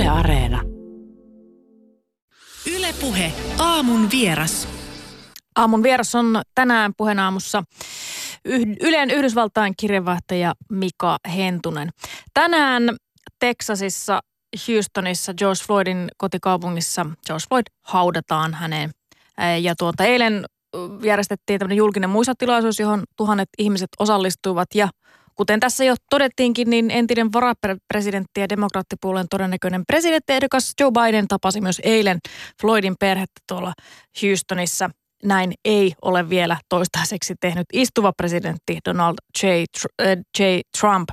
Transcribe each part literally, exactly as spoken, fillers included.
Yle Areena. Yle Puhe, aamun vieras. Aamun vieras on tänään Puheen aamussa Ylen Yhdysvaltain kirjeenvaihtaja Mika Hentunen. Tänään Teksasissa, Houstonissa, George Floydin kotikaupungissa George Floyd haudataan häneen. Ja tuota, eilen järjestettiin tämmöinen julkinen muistotilaisuus, johon tuhannet ihmiset osallistuivat. Ja kuten tässä jo todettiinkin, niin entinen varapresidentti ja demokraattipuolueen todennäköinen presidenttiehdokas Joe Biden tapasi myös eilen Floydin perhettä tuolla Houstonissa. Näin ei ole vielä toistaiseksi tehnyt istuva presidentti Donald J. J. Trump.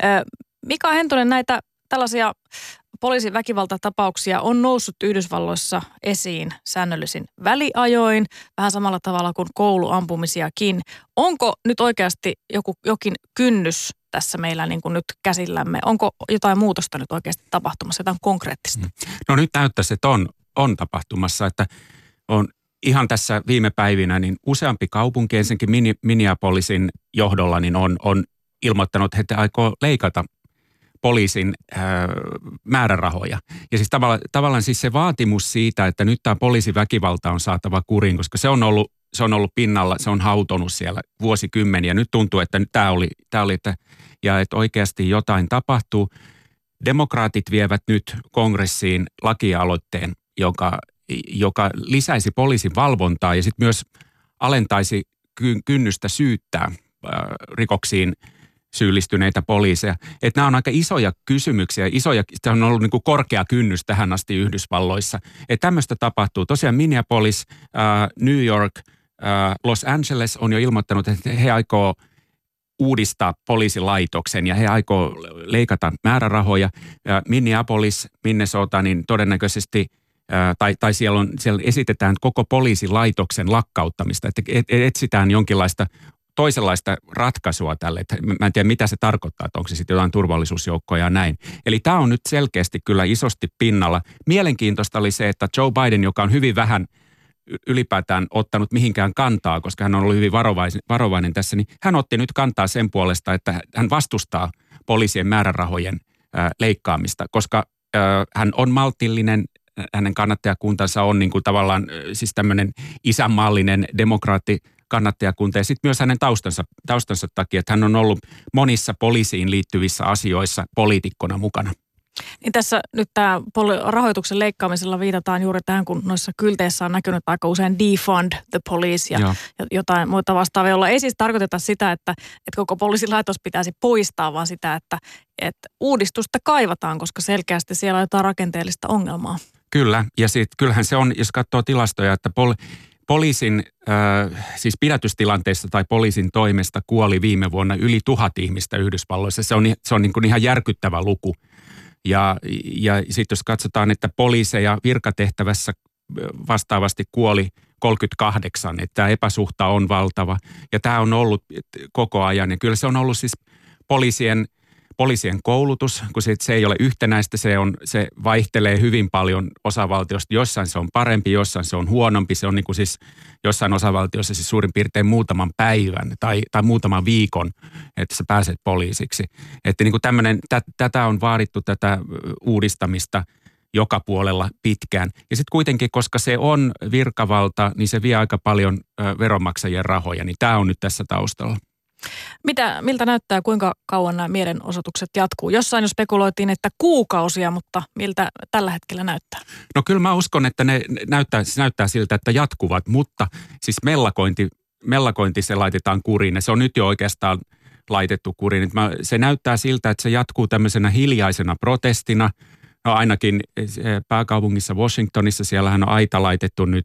Mika Hentunen, näitä tällaisia poliisin väkivaltatapauksia on noussut Yhdysvalloissa esiin säännöllisin väliajoin, vähän samalla tavalla kuin kouluampumisiakin. Onko nyt oikeasti joku, jokin kynnys tässä meillä niin kuin nyt käsillämme? Onko jotain muutosta nyt oikeasti tapahtumassa, jotain konkreettista? No nyt näyttäisi, että on, on tapahtumassa, että on ihan tässä viime päivinä niin useampi kaupunki, ensinnäkin Minneapolisin johdolla, niin on, on ilmoittanut, että he aikoo leikata poliisin ää, määrärahoja. Ja siis tavallaan, tavallaan siis se vaatimus siitä, että nyt tämä poliisiväkivalta on saatava kuriin, koska se on ollut, se on ollut pinnalla, se on hautonut siellä vuosikymmeniä. Nyt tuntuu, että nyt tämä oli, tämä oli että, ja että oikeasti jotain tapahtuu. Demokraatit vievät nyt kongressiin lakialoitteen, joka, joka lisäisi poliisin valvontaa ja sitten myös alentaisi kynnystä syyttää ää, rikoksiin syyllistyneitä poliiseja. Että nämä on aika isoja kysymyksiä, isoja, tämä on ollut niin kuin korkea kynnys tähän asti Yhdysvalloissa. Että tämmöistä tapahtuu. Tosiaan Minneapolis, äh, New York, äh, Los Angeles on jo ilmoittanut, että he aikoo uudistaa poliisilaitoksen ja he aikoo leikata määrärahoja. Äh, Minneapolis, Minnesota, niin todennäköisesti äh, tai, tai siellä, on, siellä esitetään koko poliisilaitoksen lakkauttamista, että et, et, etsitään jonkinlaista toisenlaista ratkaisua tälle. Että mä en tiedä, mitä se tarkoittaa, että onko se sitten jotain turvallisuusjoukkoja ja näin. Eli tämä on nyt selkeästi kyllä isosti pinnalla. Mielenkiintoista oli se, että Joe Biden, joka on hyvin vähän ylipäätään ottanut mihinkään kantaa, koska hän on ollut hyvin varovainen, varovainen tässä, niin hän otti nyt kantaa sen puolesta, että hän vastustaa poliisien määrärahojen äh, leikkaamista, koska äh, hän on maltillinen, hänen kannattajakuntansa on niin kuin tavallaan äh, siis tämmöinen isänmaallinen demokraatti, kannattajakunta ja sitten myös hänen taustansa, taustansa takia, että hän on ollut monissa poliisiin liittyvissä asioissa poliitikkona mukana. Niin tässä nyt tämä rahoituksen leikkaamisella viitataan juuri tähän, kun noissa kylteissä on näkynyt aika usein defund the police ja Joo. jotain muuta vastaavaa, jolla ei siis tarkoiteta sitä, että, että koko poliisilaitos pitäisi poistaa, vaan sitä, että, että uudistusta kaivataan, koska selkeästi siellä on jotain rakenteellista ongelmaa. Kyllä, ja sitten kyllähän se on, jos katsoo tilastoja, että pol- Poliisin, äh, siis pidätystilanteissa tai poliisin toimesta kuoli viime vuonna yli tuhat ihmistä Yhdysvalloissa. Se on, se on niin kuin ihan järkyttävä luku. Ja, ja sitten jos katsotaan, että poliiseja virkatehtävässä vastaavasti kuoli kolmekymmentäkahdeksan, että tämä epäsuhta on valtava. Ja tämä on ollut koko ajan. Ja kyllä se on ollut siis poliisien, poliisien koulutus, kun se, se ei ole yhtenäistä, se, on, se vaihtelee hyvin paljon osavaltiosta. Jossain se on parempi, jossain se on huonompi. Se on niin kuin siis jossain osavaltiossa siis suurin piirtein muutaman päivän tai, tai muutaman viikon, että sä pääset poliisiksi. Että niin kuin tämmöinen, tä, tätä on vaadittu, tätä uudistamista joka puolella pitkään. Ja sitten kuitenkin, koska se on virkavalta, niin se vie aika paljon ö, veronmaksajien rahoja, niin tämä on nyt tässä taustalla. Mitä, miltä näyttää, kuinka kauan nämä mielenosoitukset jatkuu? Jossain jo spekuloitiin, että kuukausia, mutta miltä tällä hetkellä näyttää? No kyllä mä uskon, että ne näyttää, se näyttää siltä, että jatkuvat, mutta siis mellakointi, mellakointi se laitetaan kuriin ja se on nyt jo oikeastaan laitettu kuriin. Se näyttää siltä, että se jatkuu tämmöisenä hiljaisena protestina. No ainakin pääkaupungissa Washingtonissa, siellähän on aita laitettu nyt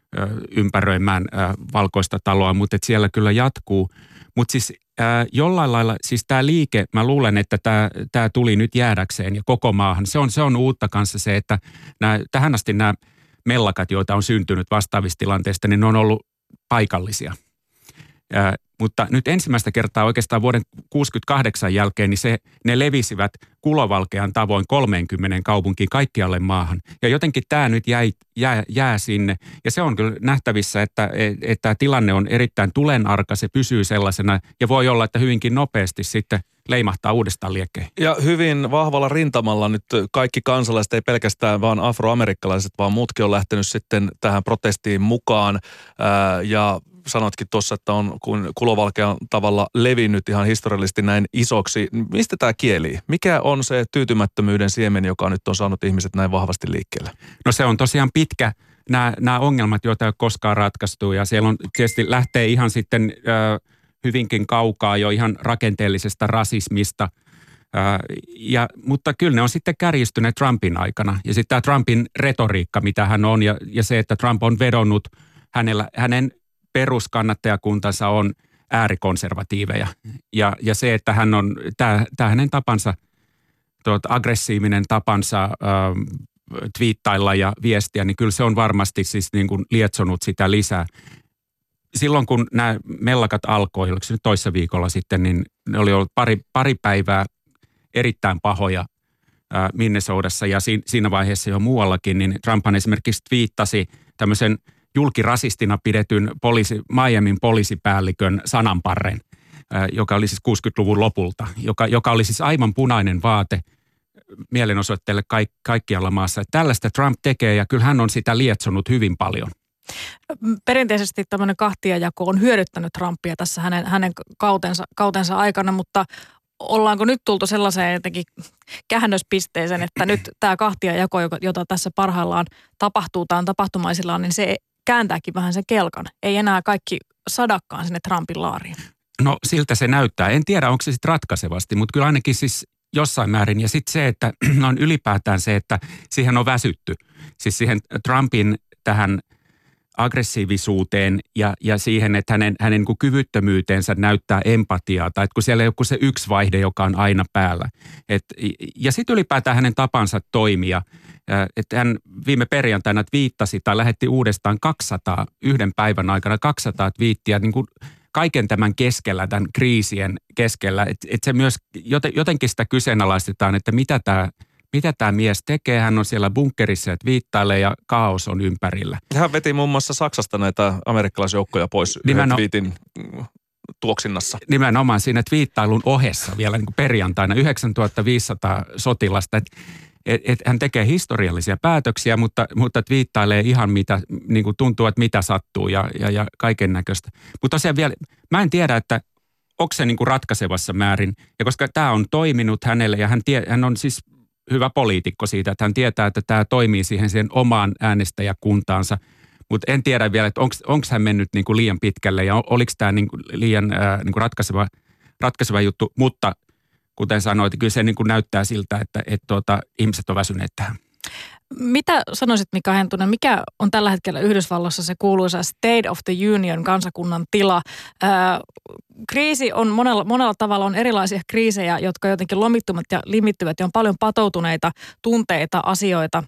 ympäröimään valkoista taloa, mutta siellä kyllä jatkuu. Mutta siis äh, jollain lailla, siis tämä liike, mä luulen, että tämä tuli nyt jäädäkseen ja koko maahan. Se on, se on uutta kanssa se, että nää, tähän asti nämä mellakat, joita on syntynyt vastaavista tilanteista, niin ne on ollut paikallisia. Äh, mutta nyt ensimmäistä kertaa oikeastaan vuoden kuusikymmentäkahdeksan jälkeen, niin se, ne levisivät kulovalkean tavoin kolmeenkymmeneen kaupunkiin kaikkialle maahan. Ja jotenkin tämä nyt jäi, jää, jää sinne. Ja se on kyllä nähtävissä, että, että tämä tilanne on erittäin tulenarka, se pysyy sellaisena. Ja voi olla, että hyvinkin nopeasti sitten leimahtaa uudestaan liekkeihin. Ja hyvin vahvalla rintamalla nyt kaikki kansalaiset, ei pelkästään vaan afroamerikkalaiset, vaan muutkin on lähtenyt sitten tähän protestiin mukaan. Ää, ja sanotkin tuossa, että on kun kulovalkean tavalla levinnyt ihan historiallisesti näin isoksi. Mistä tämä kieli? Mikä on se tyytymättömyyden siemen, joka nyt on saanut ihmiset näin vahvasti liikkeelle? No se on tosiaan pitkä. Nämä, nämä ongelmat, joita ei ole koskaan ratkaistu, ja siellä on tietysti lähtee ihan sitten ö, hyvinkin kaukaa jo ihan rakenteellisesta rasismista. Ö, ja, mutta kyllä ne on sitten kärjistyneet Trumpin aikana. Ja sitten tämä Trumpin retoriikka, mitä hän on, ja, ja se, että Trump on vedonnut, hänellä, hänen peruskannattajakuntansa on äärikonservatiiveja. Ja, ja se, että hän on, tämä, tämä hänen tapansa, tuot, aggressiivinen tapansa ö, twiittailla ja viestiä, niin kyllä se on varmasti siis niin kuin lietsonut sitä lisää. Silloin kun nämä mellakat alkoi, oliko se nyt toissa viikolla sitten, niin ne oli ollut pari, pari päivää erittäin pahoja ää, Minnesotassa ja si, siinä vaiheessa jo muuallakin, niin Trumphan esimerkiksi twiittasi tämmöisen julkirasistina pidetyn poliisi, Miamin poliisipäällikön sananparren, ää, joka oli siis kuusikymmentäluvun lopulta, joka, joka oli siis aivan punainen vaate mielenosoitteille kaik, kaikkialla maassa. Että tällaista Trump tekee ja kyllä hän on sitä lietsonut hyvin paljon. Perinteisesti tämmöinen kahtiajako on hyödyttänyt Trumpia tässä hänen, hänen kautensa, kautensa aikana, mutta ollaanko nyt tultu sellaiseen jotenkin käännöspisteeseen, että nyt tämä kahtiajako, jota tässä parhaillaan tapahtuu tai on tapahtumaisillaan, niin se kääntääkin vähän sen kelkan. Ei enää kaikki sadakkaan sinne Trumpin laariin. No siltä se näyttää. En tiedä, onko se sitten ratkaisevasti, mutta kyllä ainakin siis jossain määrin. Ja sitten se, että on ylipäätään se, että siihen on väsytty. Siis siihen Trumpin tähän aggressiivisuuteen ja, ja siihen, että hänen, hänen niin kyvyttömyyteensä näyttää empatiaa. Tai että kun siellä ei ole kuin se yksi vaihde, joka on aina päällä. Et, ja sitten ylipäätään hänen tapansa toimia. Että hän viime perjantaina twiittasi tai lähetti uudestaan kaksisataa yhden päivän aikana kaksisataa twiittiä niin kuin kaiken tämän keskellä, tämän kriisien keskellä, että et se myös jotenkin sitä kyseenalaistetaan, että mitä tämä mitä tämä mies tekee. Hän on siellä bunkkerissa ja twiittailee ja kaos on ympärillä. Hän veti muun muassa Saksasta näitä amerikkalaisjoukkoja pois yhden twiitin tuoksinnassa. Nimenomaan siinä twiittailun ohessa vielä niin kuin perjantaina yhdeksäntuhattaviisisataa sotilasta. Et, et, et hän tekee historiallisia päätöksiä, mutta, mutta twiittailee ihan mitä, niin kuin tuntuu, että mitä sattuu ja, ja, ja kaiken näköistä. Mutta tosiaan vielä, mä en tiedä, että onko se niin kuin ratkaisevassa määrin. Ja koska tämä on toiminut hänelle ja hän, tie, hän on siis hyvä poliitikko siitä, että hän tietää, että tämä toimii siihen, siihen omaan äänestäjäkuntaansa. Mutta en tiedä vielä, että onko hän mennyt niin kuin liian pitkälle ja oliko tämä niin kuin liian ää, niin kuin ratkaiseva, ratkaiseva juttu. Mutta kuten sanoit, kyllä se niin kuin näyttää siltä, että et, tuota, ihmiset on väsyneet tähän. Mitä sanoisit, Mika Hentunen, mikä on tällä hetkellä Yhdysvalloissa se kuuluisa State of the Union, kansakunnan tila? Ää, kriisi on monella, monella tavalla on erilaisia kriisejä, jotka jotenkin lomittuvat ja limittyvät ja on paljon patoutuneita tunteita, asioita,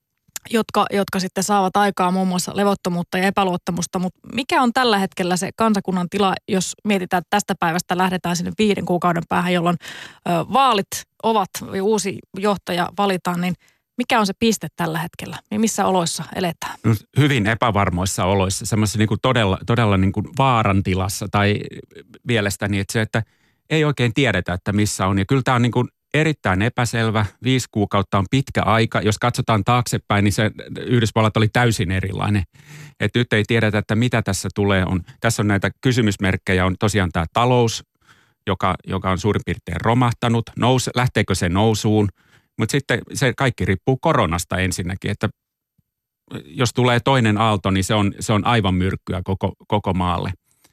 jotka, jotka sitten saavat aikaa muun muassa levottomuutta ja epäluottamusta. Mutta mikä on tällä hetkellä se kansakunnan tila, jos mietitään, että tästä päivästä lähdetään sinne viiden kuukauden päähän, jolloin ö, vaalit ovat ja uusi johtaja valitaan, niin mikä on se piste tällä hetkellä? Missä oloissa eletään? No, hyvin epävarmoissa oloissa, semmoisessa niin kuin todella, todella niin kuin vaaran tilassa tai mielestäni, että se, että ei oikein tiedetä, että missä on. Ja kyllä tämä on niin kuin erittäin epäselvä. Viisi kuukautta on pitkä aika. Jos katsotaan taaksepäin, niin se Yhdysvallat oli täysin erilainen. Että nyt ei tiedetä, että mitä tässä tulee. On, tässä on näitä kysymysmerkkejä. On tosiaan tämä talous, joka, joka on suurin piirtein romahtanut. Nous, lähteekö se nousuun? Mutta sitten se kaikki riippuu koronasta ensinnäkin, että jos tulee toinen aalto, niin se on, se on aivan myrkkyä koko, koko maalle.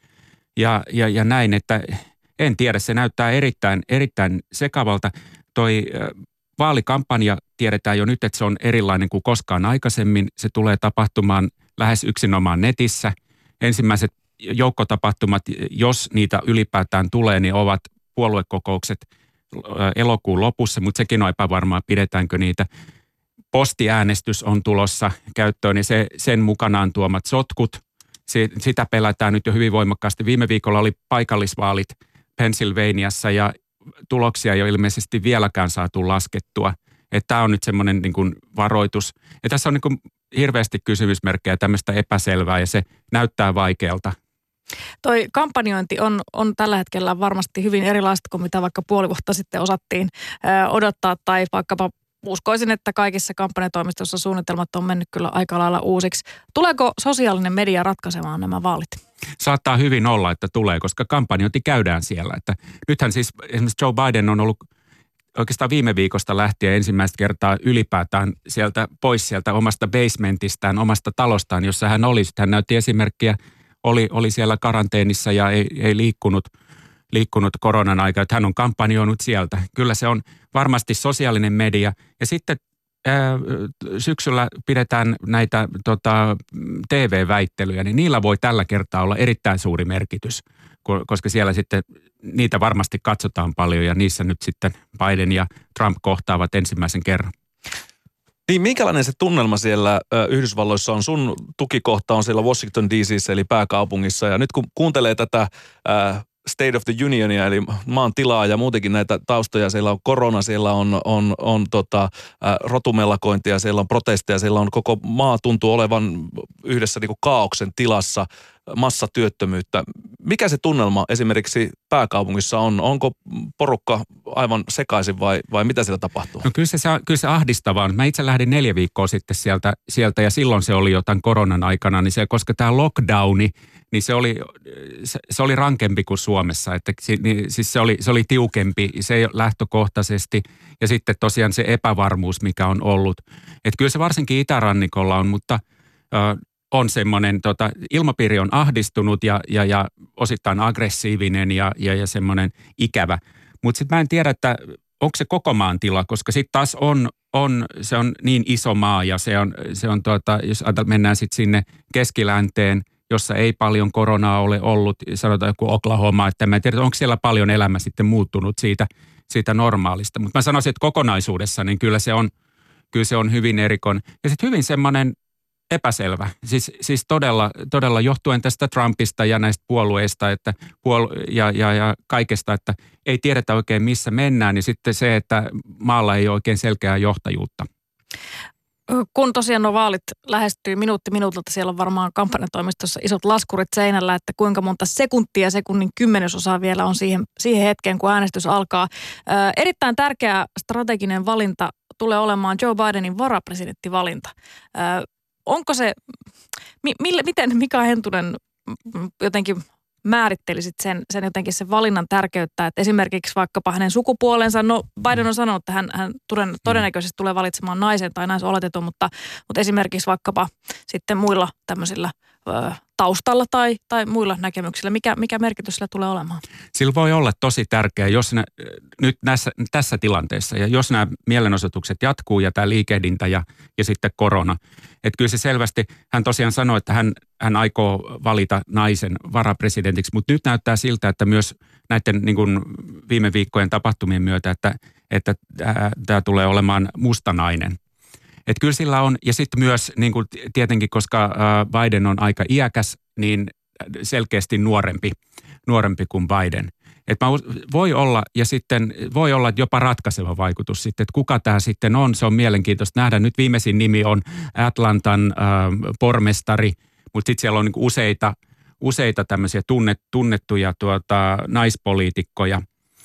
Ja, ja, ja näin, että en tiedä, se näyttää erittäin, erittäin sekavalta. Toi vaalikampanja tiedetään jo nyt, että se on erilainen kuin koskaan aikaisemmin. Se tulee tapahtumaan lähes yksinomaan netissä. Ensimmäiset joukkotapahtumat, jos niitä ylipäätään tulee, niin ovat puoluekokoukset elokuun lopussa, mutta sekin on epävarmaa, pidetäänkö niitä. Postiäänestys on tulossa käyttöön ja se, sen mukanaan tuomat sotkut, se, sitä pelätään nyt jo hyvin voimakkaasti. Viime viikolla oli paikallisvaalit Pennsylvaniassa ja tuloksia ei ole ilmeisesti vieläkään saatu laskettua. Että tämä on nyt semmoinen niin kuin varoitus. Ja tässä on niin kuin hirveästi kysymysmerkkejä tämmöistä epäselvää ja se näyttää vaikealta. Toi kampanjointi on, on tällä hetkellä varmasti hyvin erilaista kuin mitä vaikka puoli vuotta sitten osattiin ö, odottaa tai vaikkapa uskoisin, että kaikissa kampanjatoimistoissa suunnitelmat on mennyt kyllä aika lailla uusiksi. Tuleeko sosiaalinen media ratkaisemaan nämä vaalit? Saattaa hyvin olla, että tulee, koska kampanjointi käydään siellä. Että nythän siis esimerkiksi Joe Biden on ollut oikeastaan viime viikosta lähtien ensimmäistä kertaa ylipäätään sieltä pois sieltä omasta basementistään, omasta talostaan, jossa hän oli. Hän näytti esimerkkiä, oli, oli siellä karanteenissa ja ei, ei liikkunut, liikkunut koronan aikaa, että hän on kampanjoinut sieltä. Kyllä se on varmasti sosiaalinen media. Ja sitten ää, syksyllä pidetään näitä tota, T V-väittelyjä, niin niillä voi tällä kertaa olla erittäin suuri merkitys, koska siellä sitten niitä varmasti katsotaan paljon ja niissä nyt sitten Biden ja Trump kohtaavat ensimmäisen kerran. Niin, minkälainen se tunnelma siellä ö, Yhdysvalloissa on? Sun tukikohta on siellä Washington D C:ssä eli pääkaupungissa ja nyt kun kuuntelee tätä ö, State of the Unionia eli maan tilaa ja muutenkin näitä taustoja, siellä on korona, siellä on, on, on tota, ä, rotumellakointia, siellä on protesteja, siellä on koko maa tuntuu olevan yhdessä niin kuin kaaoksen tilassa, massatyöttömyyttä. Mikä se tunnelma esimerkiksi pääkaupungissa on? Onko porukka aivan sekaisin vai, vai mitä siellä tapahtuu? No kyllä se, kyllä se ahdistavaa on. Mä itse lähdin neljä viikkoa sitten sieltä, sieltä ja silloin se oli jotain koronan aikana, niin se, koska tämä lockdowni, niin se oli, se, se oli rankempi kuin Suomessa. Että, niin, siis se oli, se oli tiukempi, se lähtökohtaisesti ja sitten tosiaan se epävarmuus, mikä on ollut. Että kyllä se varsinkin itärannikolla on, mutta äh, on semmoinen, tota, ilmapiiri on ahdistunut ja, ja, ja osittain aggressiivinen ja, ja, ja semmoinen ikävä. Mutta sitten mä en tiedä, että onko se koko maan tila, koska sitten taas on, on, se on niin iso maa ja se on, se on tuota, jos mennään sitten sinne keskilänteen, jossa ei paljon koronaa ole ollut, sanotaan joku Oklahoma, että mä en tiedä, onko siellä paljon elämä sitten muuttunut siitä, siitä normaalista. Mutta mä sanoisin, että kokonaisuudessa niin kyllä se on, kyllä se on hyvin erikoinen. Ja sitten hyvin semmoinen epäselvä. Siis, siis todella, todella johtuen tästä Trumpista ja näistä puolueista että puolu- ja, ja, ja kaikesta, että ei tiedetä oikein missä mennään. Ja sitten se, että maalla ei ole oikein selkeää johtajuutta. Kun tosiaan nuo vaalit lähestyy minuutti minuutilta, siellä on varmaan kampanjatoimistossa isot laskurit seinällä, että kuinka monta sekuntia, sekunnin kymmenesosaa vielä on siihen, siihen hetkeen, kun äänestys alkaa. Ö, erittäin tärkeä strateginen valinta tulee olemaan Joe Bidenin varapresidenttivalinta. Ö, onko se, mi, mille, miten Mika Hentunen jotenkin määrittelisit sen, sen jotenkin sen valinnan tärkeyttä, että esimerkiksi vaikkapa hänen sukupuolensa, no Biden on sanonut, että hän, hän todennäköisesti tulee valitsemaan naisen tai naisoletetun, mutta, mutta esimerkiksi vaikkapa sitten muilla tämmöisillä ö, taustalla tai, tai muilla näkemyksillä, mikä, mikä merkitys sillä tulee olemaan? Sillä voi olla tosi tärkeä, jos ne, nyt näissä, tässä tilanteessa ja jos nämä mielenosoitukset jatkuu ja tämä liikehdintä ja, ja sitten korona. Että kyllä se selvästi, hän tosiaan sanoi, että hän, hän aikoo valita naisen varapresidentiksi, mutta nyt näyttää siltä, että myös näiden niin kuin viime viikkojen tapahtumien myötä, että, että tämä tulee olemaan mustanainen. Että kyllä sillä on, ja sitten myös niin kuin tietenkin, koska Biden on aika iäkäs, niin selkeästi nuorempi, nuorempi kuin Biden. Että voi olla, ja sitten voi olla jopa ratkaiseva vaikutus sitten, että kuka tämä sitten on. Se on mielenkiintoista nähdä. Nyt viimeisin nimi on Atlantan äh, pormestari, mutta sitten siellä on niinku useita, useita tämmöisiä tunnet, tunnettuja tuota, naispoliitikkoja.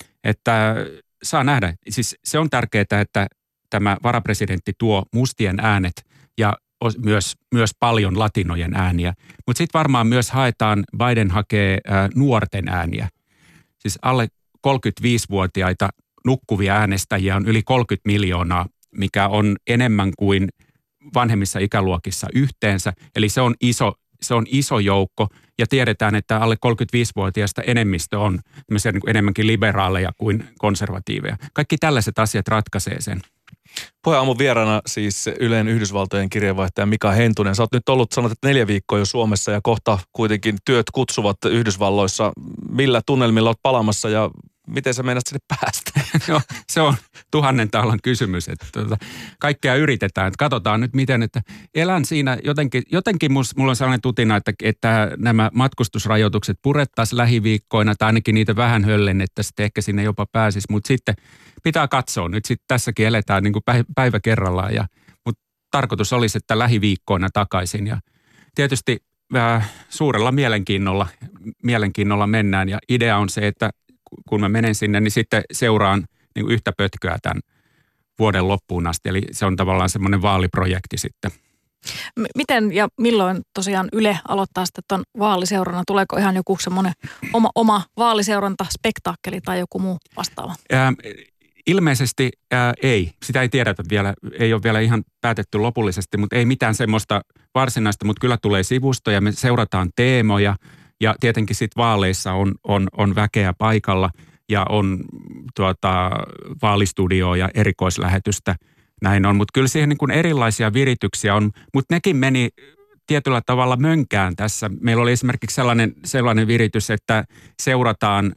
Että saa nähdä. Siis se on tärkeää, että tämä varapresidentti tuo mustien äänet ja myös, myös paljon latinojen ääniä. Mutta sitten varmaan myös haetaan, Biden hakee äh, nuorten ääniä. Siis alle kolmekymmentäviisivuotiaita nukkuvia äänestäjiä on yli kolmekymmentä miljoonaa, mikä on enemmän kuin vanhemmissa ikäluokissa yhteensä. Eli se on iso, se on iso joukko ja tiedetään, että alle kolmekymmentäviisivuotiaista enemmistö on niin kuin enemmänkin liberaaleja kuin konservatiiveja. Kaikki tällaiset asiat ratkaisee sen. Puheen aamun vieraana siis Ylen Yhdysvaltojen kirjeenvaihtaja Mika Hentunen. Sä oot nyt ollut, sanot, että neljä viikkoa jo Suomessa ja kohta kuitenkin työt kutsuvat Yhdysvalloissa. Millä tunnelmilla oot palaamassa ja miten sä meinat sinne päästä? No, se on tuhannen taalan kysymys, että tuota, kaikkea yritetään. Että katsotaan nyt miten, että elän siinä jotenkin, jotenkin mus, mulla on sellainen tutina, että, että nämä matkustusrajoitukset purettaisiin lähiviikkoina tai ainakin niitä vähän höllennettäisiin, että ehkä sinne jopa pääsisi, mutta sitten pitää katsoa. Nyt sitten tässäkin eletään niin kuin päivä kerrallaan, ja, mutta tarkoitus olisi, että lähiviikkoina takaisin ja tietysti äh, suurella mielenkiinnolla, mielenkiinnolla mennään ja idea on se, että kun mä menen sinne, niin sitten seuraan niin kuin yhtä pötköä tämän vuoden loppuun asti. Eli se on tavallaan semmoinen vaaliprojekti sitten. M- miten ja milloin tosiaan Yle aloittaa sitten tuon vaaliseurana? Tuleeko ihan joku semmoinen oma, oma vaaliseuranta, spektaakkeli tai joku muu vastaava? Ää, ilmeisesti ää, ei. Sitä ei tiedetä vielä. Ei ole vielä ihan päätetty lopullisesti, mutta ei mitään semmoista varsinaista, mutta kyllä tulee sivustoja. Me seurataan teemoja ja tietenkin sitten vaaleissa on, on, on väkeä paikalla ja on tuota, vaalistudioa ja erikoislähetystä. Näin on, mutta kyllä siihen niin kuin erilaisia virityksiä on, mutta nekin meni tietyllä tavalla mönkään tässä. Meillä oli esimerkiksi sellainen, sellainen viritys, että seurataan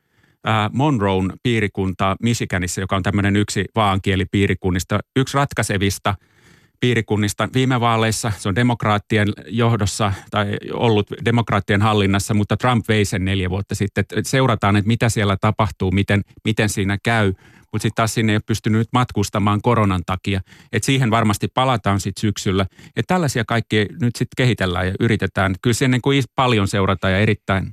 ää, Monroen piirikuntaa Michiganissa, joka on tämmöinen yksi vaankielipiirikunnista, yksi ratkaisevista piirikunnista viime vaaleissa. Se on demokraattien johdossa tai ollut demokraattien hallinnassa, mutta Trump vei sen neljä vuotta sitten. Seurataan, että mitä siellä tapahtuu, miten, miten siinä käy. Mutta sitten taas sinne ei ole pystynyt matkustamaan koronan takia. Että siihen varmasti palataan sitten syksyllä. Että tällaisia kaikkia nyt sitten kehitellään ja yritetään. Kyllä se ennen kuin paljon seurataan ja erittäin,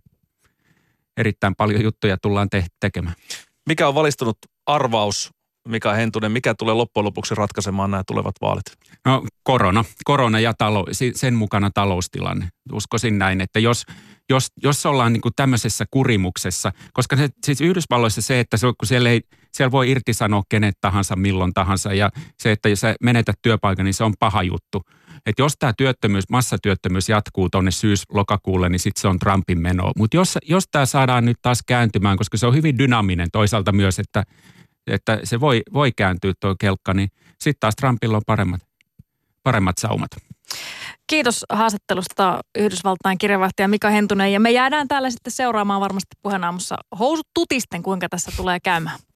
erittäin paljon juttuja tullaan te- tekemään. Mikä on valistunut arvaus, Mika Hentunen, mikä tulee loppujen lopuksi ratkaisemaan nämä tulevat vaalit? No korona. Korona ja talou- sen mukana taloustilanne. Uskoisin näin, että jos... Jos, jos ollaan niin kuin tämmöisessä kurimuksessa, koska se, siis Yhdysvalloissa se, että se, kun siellä, ei, siellä voi irtisanoa kenet tahansa milloin tahansa ja se, että jos sä menetät työpaikan, niin se on paha juttu. Että jos tämä työttömyys, massatyöttömyys jatkuu tuonne syys-lokakuulle, niin sitten se on Trumpin meno. Mutta jos, jos tämä saadaan nyt taas kääntymään, koska se on hyvin dynaaminen toisaalta myös, että, että se voi, voi kääntyä tuo kelkka, niin sitten taas Trumpilla on paremmat, paremmat saumat. Kiitos haastattelusta Yhdysvaltain kirjeenvaihtaja Mika Hentunen ja me jäädään täällä sitten seuraamaan varmasti Puheen Aamussa housut tutisten, kuinka tässä tulee käymään.